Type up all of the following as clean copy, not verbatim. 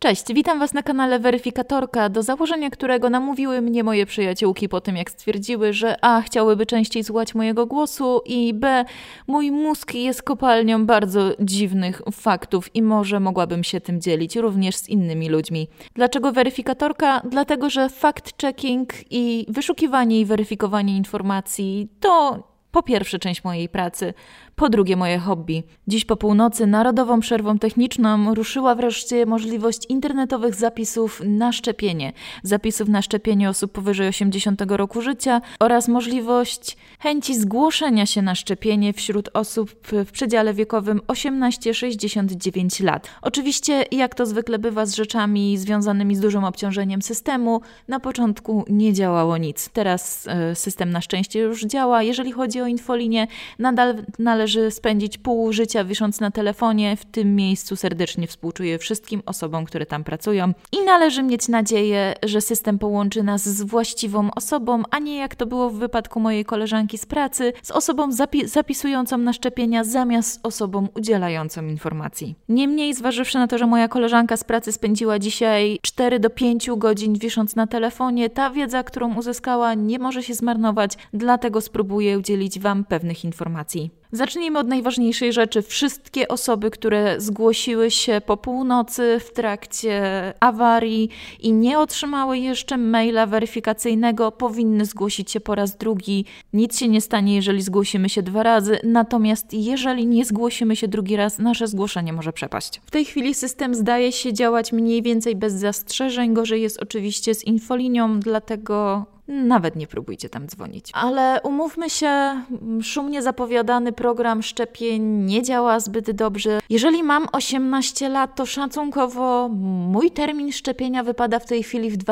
Cześć, witam Was na kanale Weryfikatorka, do założenia którego namówiły mnie moje przyjaciółki po tym, jak stwierdziły, że a. chciałyby częściej słuchać mojego głosu i b. mój mózg jest kopalnią bardzo dziwnych faktów i może mogłabym się tym dzielić również z innymi ludźmi. Dlaczego Weryfikatorka? Dlatego, że fact-checking i wyszukiwanie i weryfikowanie informacji to po pierwsze część mojej pracy, po drugie moje hobby. Dziś po północy narodową przerwą techniczną ruszyła wreszcie możliwość internetowych zapisów na szczepienie. Zapisów na szczepienie osób powyżej 80 roku życia oraz możliwość chęci zgłoszenia się na szczepienie wśród osób w przedziale wiekowym 18-69 lat. Oczywiście, jak to zwykle bywa z rzeczami związanymi z dużym obciążeniem systemu, na początku nie działało nic. Teraz system na szczęście już działa. Jeżeli chodzi o infolinię, nadal należy spędzić pół życia wisząc na telefonie. W tym miejscu serdecznie współczuję wszystkim osobom, które tam pracują i należy mieć nadzieję, że system połączy nas z właściwą osobą, a nie jak to było w wypadku mojej koleżanki z pracy, z osobą zapisującą na szczepienia zamiast osobą udzielającą informacji. Niemniej, zważywszy na to, że moja koleżanka z pracy spędziła dzisiaj 4 do 5 godzin wisząc na telefonie, ta wiedza, którą uzyskała, nie może się zmarnować, dlatego spróbuję udzielić Wam pewnych informacji. Zacznijmy od najważniejszej rzeczy. Wszystkie osoby, które zgłosiły się po północy w trakcie awarii i nie otrzymały jeszcze maila weryfikacyjnego, powinny zgłosić się po raz drugi. Nic się nie stanie, jeżeli zgłosimy się 2 razy, natomiast jeżeli nie zgłosimy się drugi raz, nasze zgłoszenie może przepaść. W tej chwili system zdaje się działać mniej więcej bez zastrzeżeń. Gorzej jest oczywiście z infolinią, dlatego nawet nie próbujcie tam dzwonić. Ale umówmy się, szumnie zapowiadany program szczepień nie działa zbyt dobrze. Jeżeli mam 18 lat, to szacunkowo mój termin szczepienia wypada w tej chwili w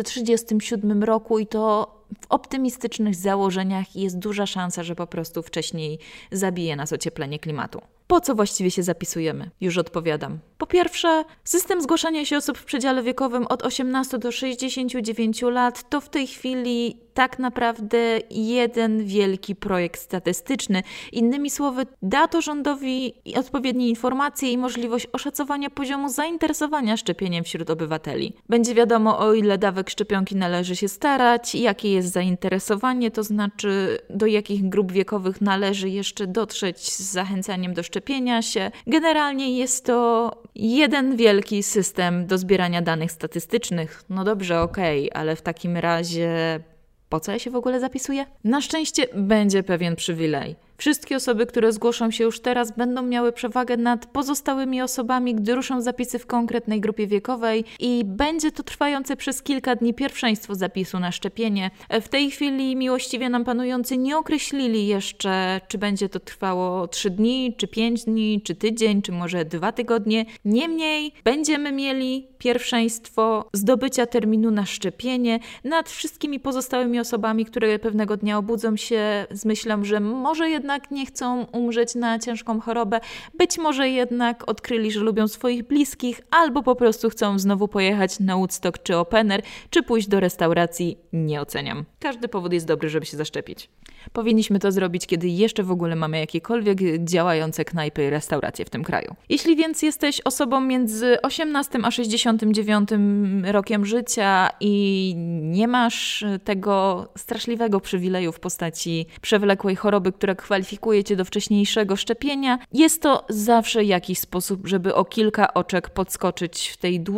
2037 roku i to w optymistycznych założeniach jest duża szansa, że po prostu wcześniej zabije nas ocieplenie klimatu. Po co właściwie się zapisujemy? Już odpowiadam. Po pierwsze, system zgłaszania się osób w przedziale wiekowym od 18 do 69 lat to w tej chwili tak naprawdę jeden wielki projekt statystyczny. Innymi słowy, da to rządowi odpowiednie informacje i możliwość oszacowania poziomu zainteresowania szczepieniem wśród obywateli. Będzie wiadomo, o ile dawek szczepionki należy się starać, jakie jest zainteresowanie, to znaczy do jakich grup wiekowych należy jeszcze dotrzeć z zachęcaniem do szczepienia się. Generalnie jest to jeden wielki system do zbierania danych statystycznych. No dobrze, okej, ale w takim razie po co ja się w ogóle zapisuję? Na szczęście będzie pewien przywilej. Wszystkie osoby, które zgłoszą się już teraz, będą miały przewagę nad pozostałymi osobami, gdy ruszą zapisy w konkretnej grupie wiekowej i będzie to trwające przez kilka dni pierwszeństwo zapisu na szczepienie. W tej chwili miłościwie nam panujący nie określili jeszcze, czy będzie to trwało 3 dni, czy 5 dni, czy tydzień, czy może 2 tygodnie. Niemniej będziemy mieli pierwszeństwo zdobycia terminu na szczepienie nad wszystkimi pozostałymi osobami, które pewnego dnia obudzą się z myślą, że może jednak nie chcą umrzeć na ciężką chorobę, być może jednak odkryli, że lubią swoich bliskich, albo po prostu chcą znowu pojechać na Woodstock czy Open Air, czy pójść do restauracji, nie oceniam. Każdy powód jest dobry, żeby się zaszczepić. Powinniśmy to zrobić, kiedy jeszcze w ogóle mamy jakiekolwiek działające knajpy i restauracje w tym kraju. Jeśli więc jesteś osobą między 18 a 69 rokiem życia i nie masz tego straszliwego przywileju w postaci przewlekłej choroby, która kwalifikuje cię do wcześniejszego szczepienia, jest to zawsze jakiś sposób, żeby o kilka oczek podskoczyć w tej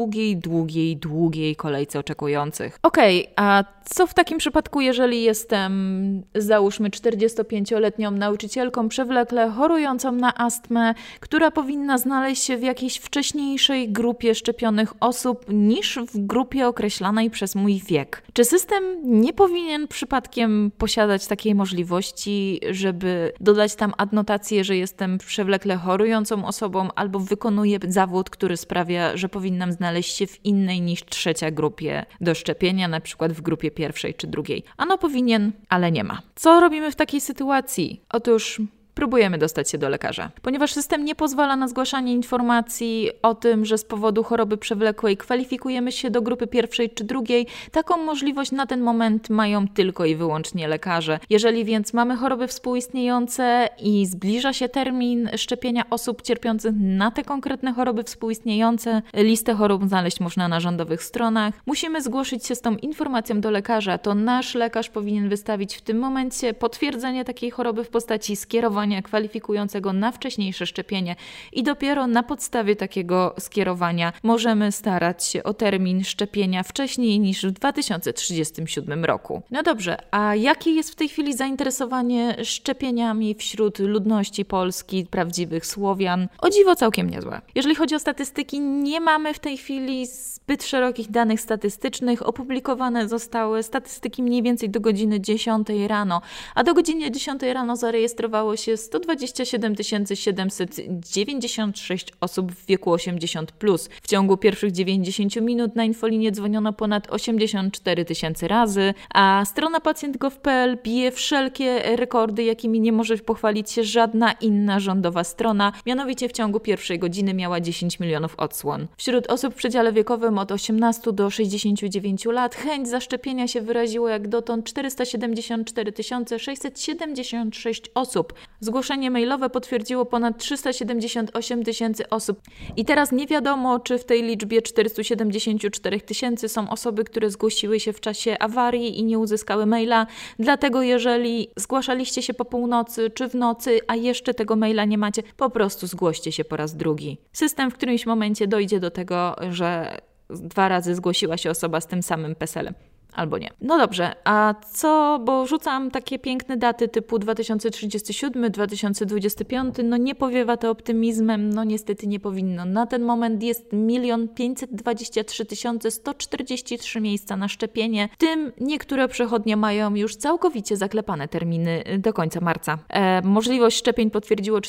długiej kolejce oczekujących. Okej, a co w takim przypadku, jeżeli jestem, załóżmy, 45-letnią nauczycielką przewlekle chorującą na astmę, która powinna znaleźć się w jakiejś wcześniejszej grupie szczepionych osób niż w grupie określanej przez mój wiek? Czy system nie powinien przypadkiem posiadać takiej możliwości, żeby dodać tam adnotację, że jestem przewlekle chorującą osobą albo wykonuję zawód, który sprawia, że powinnam znaleźć się w innej niż 3. grupie do szczepienia, na przykład w grupie 1. czy 2. Ano powinien, ale nie ma. Co robimy w takiej sytuacji? Otóż próbujemy dostać się do lekarza. Ponieważ system nie pozwala na zgłaszanie informacji o tym, że z powodu choroby przewlekłej kwalifikujemy się do grupy pierwszej czy drugiej, taką możliwość na ten moment mają tylko i wyłącznie lekarze. Jeżeli więc mamy choroby współistniejące i zbliża się termin szczepienia osób cierpiących na te konkretne choroby współistniejące, listę chorób znaleźć można na rządowych stronach, musimy zgłosić się z tą informacją do lekarza. To nasz lekarz powinien wystawić w tym momencie potwierdzenie takiej choroby w postaci skierowania kwalifikującego na wcześniejsze szczepienie i dopiero na podstawie takiego skierowania możemy starać się o termin szczepienia wcześniej niż w 2037 roku. No dobrze, a jakie jest w tej chwili zainteresowanie szczepieniami wśród ludności Polski, prawdziwych Słowian? O dziwo całkiem niezłe. Jeżeli chodzi o statystyki, nie mamy w tej chwili zbyt szerokich danych statystycznych. Opublikowane zostały statystyki mniej więcej do godziny 10 rano, a do godziny 10 rano zarejestrowało się 127 796 osób w wieku 80+. W ciągu pierwszych 90 minut na infolinię dzwoniono ponad 84 000 razy, a strona pacjent.gov.pl bije wszelkie rekordy, jakimi nie może pochwalić się żadna inna rządowa strona. Mianowicie w ciągu pierwszej godziny miała 10 milionów odsłon. Wśród osób w przedziale wiekowym od 18 do 69 lat chęć zaszczepienia się wyraziło jak dotąd 474 676 osób. Zgłoszenie mailowe potwierdziło ponad 378 000 osób. I teraz nie wiadomo, czy w tej liczbie 474 000 są osoby, które zgłosiły się w czasie awarii i nie uzyskały maila. Dlatego jeżeli zgłaszaliście się po północy czy w nocy, a jeszcze tego maila nie macie, po prostu zgłoście się po raz drugi. System w którymś momencie dojdzie do tego, że 2 razy zgłosiła się osoba z tym samym PESEL-em. Albo nie. No dobrze, a co, bo rzucam takie piękne daty typu 2037, 2025, no nie powiewa to optymizmem, no niestety nie powinno. Na ten moment jest 1 523 143 miejsca na szczepienie, w tym niektóre przechodnie mają już całkowicie zaklepane terminy do końca marca. Możliwość szczepień potwierdziło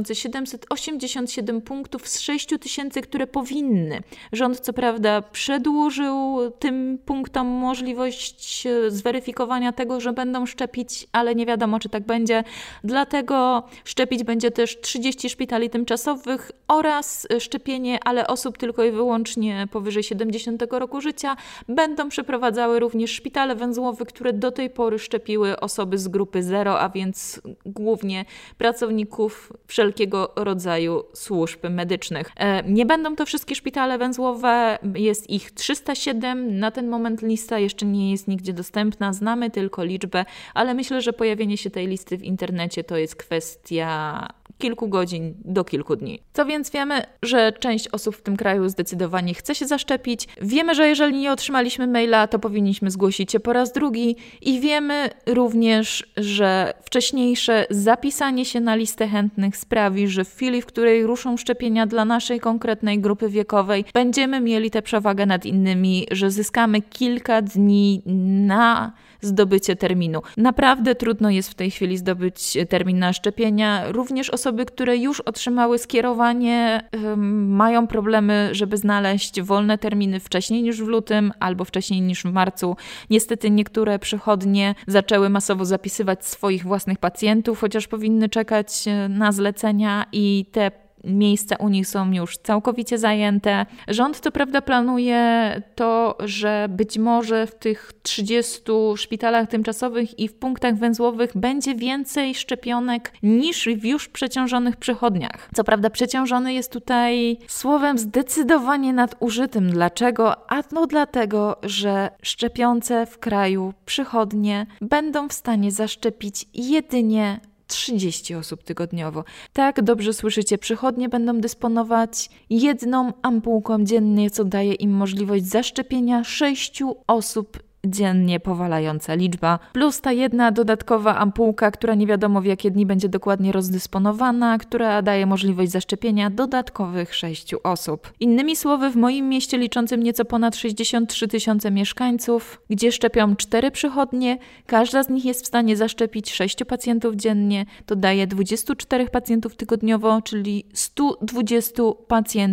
4787 punktów z 6000, które powinny. Rząd co prawda przedłużył tym punktom możliwość zweryfikowania tego, że będą szczepić, ale nie wiadomo, czy tak będzie. Dlatego szczepić będzie też 30 szpitali tymczasowych oraz szczepienie, ale osób tylko i wyłącznie powyżej 70 roku życia. Będą przeprowadzały również szpitale węzłowe, które do tej pory szczepiły osoby z grupy 0, a więc głównie pracowników wszelkiego rodzaju służb medycznych. Nie będą to wszystkie szpitale węzłowe, jest ich 307. Na ten moment lista jeszcze nie jest nigdzie dostępna, znamy tylko liczbę, ale myślę, że pojawienie się tej listy w internecie to jest kwestia kilku godzin do kilku dni. Co więc wiemy, że część osób w tym kraju zdecydowanie chce się zaszczepić. Wiemy, że jeżeli nie otrzymaliśmy maila, to powinniśmy zgłosić się po raz drugi i wiemy również, że wcześniejsze zapisanie się na listę chętnych sprawi, że w chwili, w której ruszą szczepienia dla naszej konkretnej grupy wiekowej, będziemy mieli tę przewagę nad innymi, że zyskamy kilka dni na zdobycie terminu. Naprawdę trudno jest w tej chwili zdobyć termin na szczepienia. Również osoby, które już otrzymały skierowanie, mają problemy, żeby znaleźć wolne terminy wcześniej niż w lutym albo wcześniej niż w marcu. Niestety niektóre przychodnie zaczęły masowo zapisywać swoich własnych pacjentów, chociaż powinny czekać na zlecenia i te miejsca u nich są już całkowicie zajęte. Rząd co prawda planuje to, że być może w tych 30 szpitalach tymczasowych i w punktach węzłowych będzie więcej szczepionek niż w już przeciążonych przychodniach. Co prawda przeciążony jest tutaj słowem zdecydowanie nadużytym. Dlaczego? A no dlatego, że szczepiące w kraju przychodnie będą w stanie zaszczepić jedynie 30 osób tygodniowo. Tak, dobrze słyszycie, przychodnie będą dysponować 1 ampułką dziennie, co daje im możliwość zaszczepienia 6 osób dziennie, powalająca liczba, plus ta 1 dodatkowa ampułka, która nie wiadomo w jakie dni będzie dokładnie rozdysponowana, która daje możliwość zaszczepienia dodatkowych 6 osób. Innymi słowy, w moim mieście liczącym nieco ponad 63 000 mieszkańców, gdzie szczepią 4 przychodnie, każda z nich jest w stanie zaszczepić 6 pacjentów dziennie, to daje 24 pacjentów tygodniowo, czyli 120 pacjentów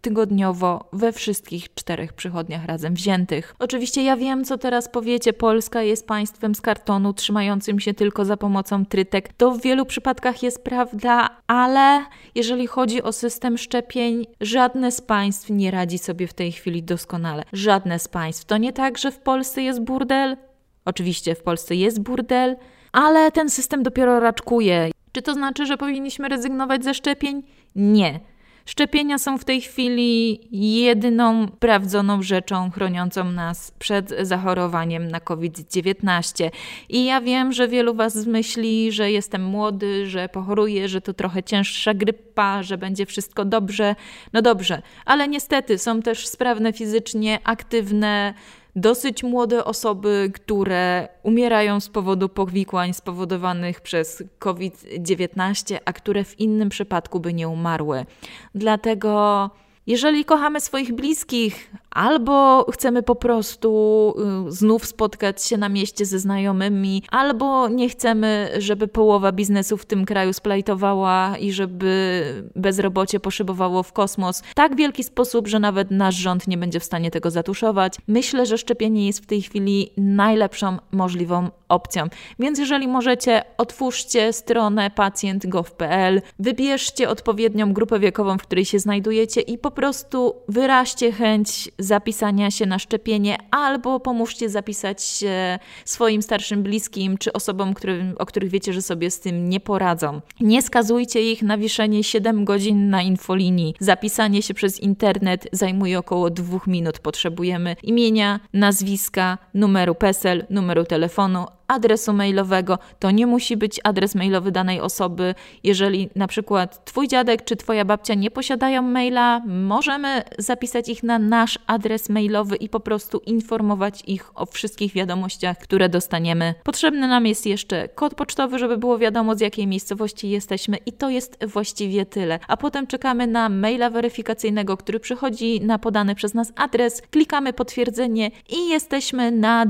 tygodniowo we wszystkich 4 przychodniach razem wziętych. Oczywiście ja wiem, co teraz powiecie, Polska jest państwem z kartonu trzymającym się tylko za pomocą trytek. To w wielu przypadkach jest prawda, ale jeżeli chodzi o system szczepień, żadne z państw nie radzi sobie w tej chwili doskonale. Żadne z państw. To nie tak, że w Polsce jest burdel. Oczywiście w Polsce jest burdel, ale ten system dopiero raczkuje. Czy to znaczy, że powinniśmy rezygnować ze szczepień? Nie. Szczepienia są w tej chwili jedyną sprawdzoną rzeczą chroniącą nas przed zachorowaniem na COVID-19. I ja wiem, że wielu was myśli, że jestem młody, że pochoruję, że to trochę cięższa grypa, że będzie wszystko dobrze. No dobrze, ale niestety są też sprawne fizycznie, aktywne, dosyć młode osoby, które umierają z powodu powikłań spowodowanych przez COVID-19, a które w innym przypadku by nie umarły. Dlatego jeżeli kochamy swoich bliskich albo chcemy po prostu znów spotkać się na mieście ze znajomymi, albo nie chcemy, żeby połowa biznesu w tym kraju splajtowała i żeby bezrobocie poszybowało w kosmos w tak wielki sposób, że nawet nasz rząd nie będzie w stanie tego zatuszować. Myślę, że szczepienie jest w tej chwili najlepszą możliwą opcją. Więc jeżeli możecie, otwórzcie stronę pacjent.gov.pl, wybierzcie odpowiednią grupę wiekową, w której się znajdujecie i po prostu wyraźcie chęć zapisania się na szczepienie albo pomóżcie zapisać się swoim starszym bliskim czy osobom, o których wiecie, że sobie z tym nie poradzą. Nie skazujcie ich na wieszenie 7 godzin na infolinii. Zapisanie się przez internet zajmuje około 2 minut. Potrzebujemy imienia, nazwiska, numeru PESEL, numeru telefonu, adresu mailowego. To nie musi być adres mailowy danej osoby. Jeżeli na przykład twój dziadek czy twoja babcia nie posiadają maila, możemy zapisać ich na nasz adres mailowy i po prostu informować ich o wszystkich wiadomościach, które dostaniemy. Potrzebny nam jest jeszcze kod pocztowy, żeby było wiadomo, z jakiej miejscowości jesteśmy i to jest właściwie tyle. A potem czekamy na maila weryfikacyjnego, który przychodzi na podany przez nas adres, klikamy potwierdzenie i jesteśmy na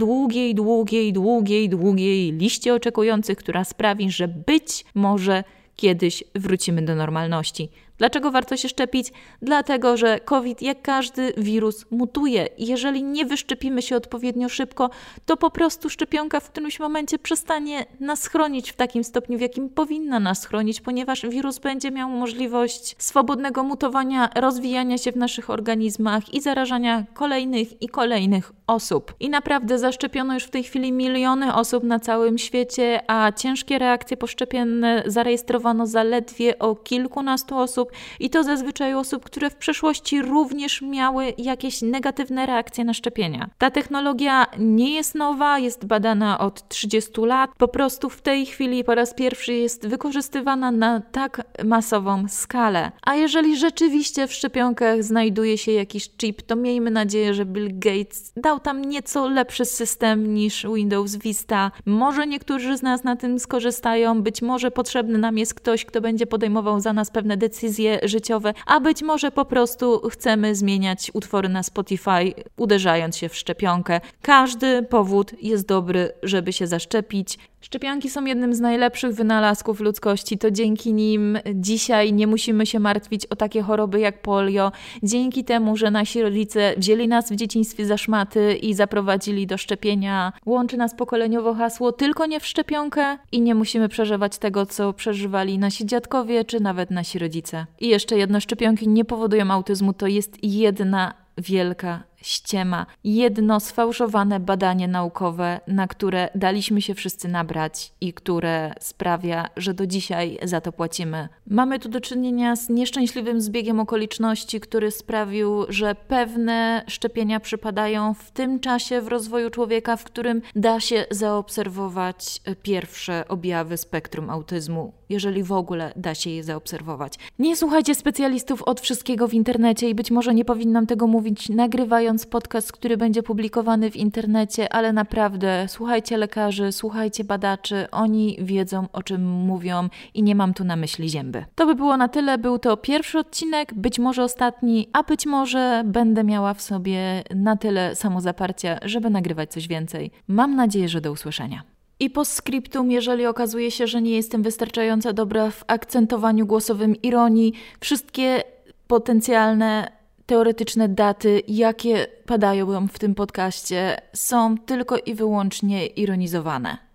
długiej liście oczekujących, która sprawi, że być może kiedyś wrócimy do normalności. Dlaczego warto się szczepić? Dlatego, że COVID, jak każdy wirus, mutuje i jeżeli nie wyszczepimy się odpowiednio szybko, to po prostu szczepionka w którymś momencie przestanie nas chronić w takim stopniu, w jakim powinna nas chronić, ponieważ wirus będzie miał możliwość swobodnego mutowania, rozwijania się w naszych organizmach i zarażania kolejnych i kolejnych osób. I naprawdę zaszczepiono już w tej chwili miliony osób na całym świecie, a ciężkie reakcje poszczepienne zarejestrowano zaledwie o kilkunastu osób i to zazwyczaj osób, które w przeszłości również miały jakieś negatywne reakcje na szczepienia. Ta technologia nie jest nowa, jest badana od 30 lat. Po prostu w tej chwili po raz pierwszy jest wykorzystywana na tak masową skalę. A jeżeli rzeczywiście w szczepionkach znajduje się jakiś chip, to miejmy nadzieję, że Bill Gates dał tam nieco lepszy system niż Windows Vista. Może niektórzy z nas na tym skorzystają, być może potrzebny nam jest ktoś, kto będzie podejmował za nas pewne decyzje życiowe, a być może po prostu chcemy zmieniać utwory na Spotify, uderzając się w szczepionkę. Każdy powód jest dobry, żeby się zaszczepić. Szczepionki są jednym z najlepszych wynalazków ludzkości. To dzięki nim dzisiaj nie musimy się martwić o takie choroby jak polio. Dzięki temu, że nasi rodzice wzięli nas w dzieciństwie za szmaty i zaprowadzili do szczepienia, łączy nas pokoleniowo hasło tylko nie w szczepionkę i nie musimy przeżywać tego, co przeżywali nasi dziadkowie czy nawet nasi rodzice. I jeszcze jedno, szczepionki nie powodują autyzmu. To jest jedna wielka ściema. Jedno sfałszowane badanie naukowe, na które daliśmy się wszyscy nabrać i które sprawia, że do dzisiaj za to płacimy. Mamy tu do czynienia z nieszczęśliwym zbiegiem okoliczności, który sprawił, że pewne szczepienia przypadają w tym czasie w rozwoju człowieka, w którym da się zaobserwować pierwsze objawy spektrum autyzmu, jeżeli w ogóle da się je zaobserwować. Nie słuchajcie specjalistów od wszystkiego w internecie i być może nie powinnam tego mówić, nagrywając podcast, który będzie publikowany w internecie, ale naprawdę słuchajcie lekarzy, słuchajcie badaczy, oni wiedzą, o czym mówią i nie mam tu na myśli zięby. To by było na tyle, był to pierwszy odcinek, być może ostatni, a być może będę miała w sobie na tyle samozaparcia, żeby nagrywać coś więcej. Mam nadzieję, że do usłyszenia. I postscriptum, jeżeli okazuje się, że nie jestem wystarczająco dobra w akcentowaniu głosowym ironii, wszystkie potencjalne teoretyczne daty, jakie padają w tym podcaście, są tylko i wyłącznie ironizowane.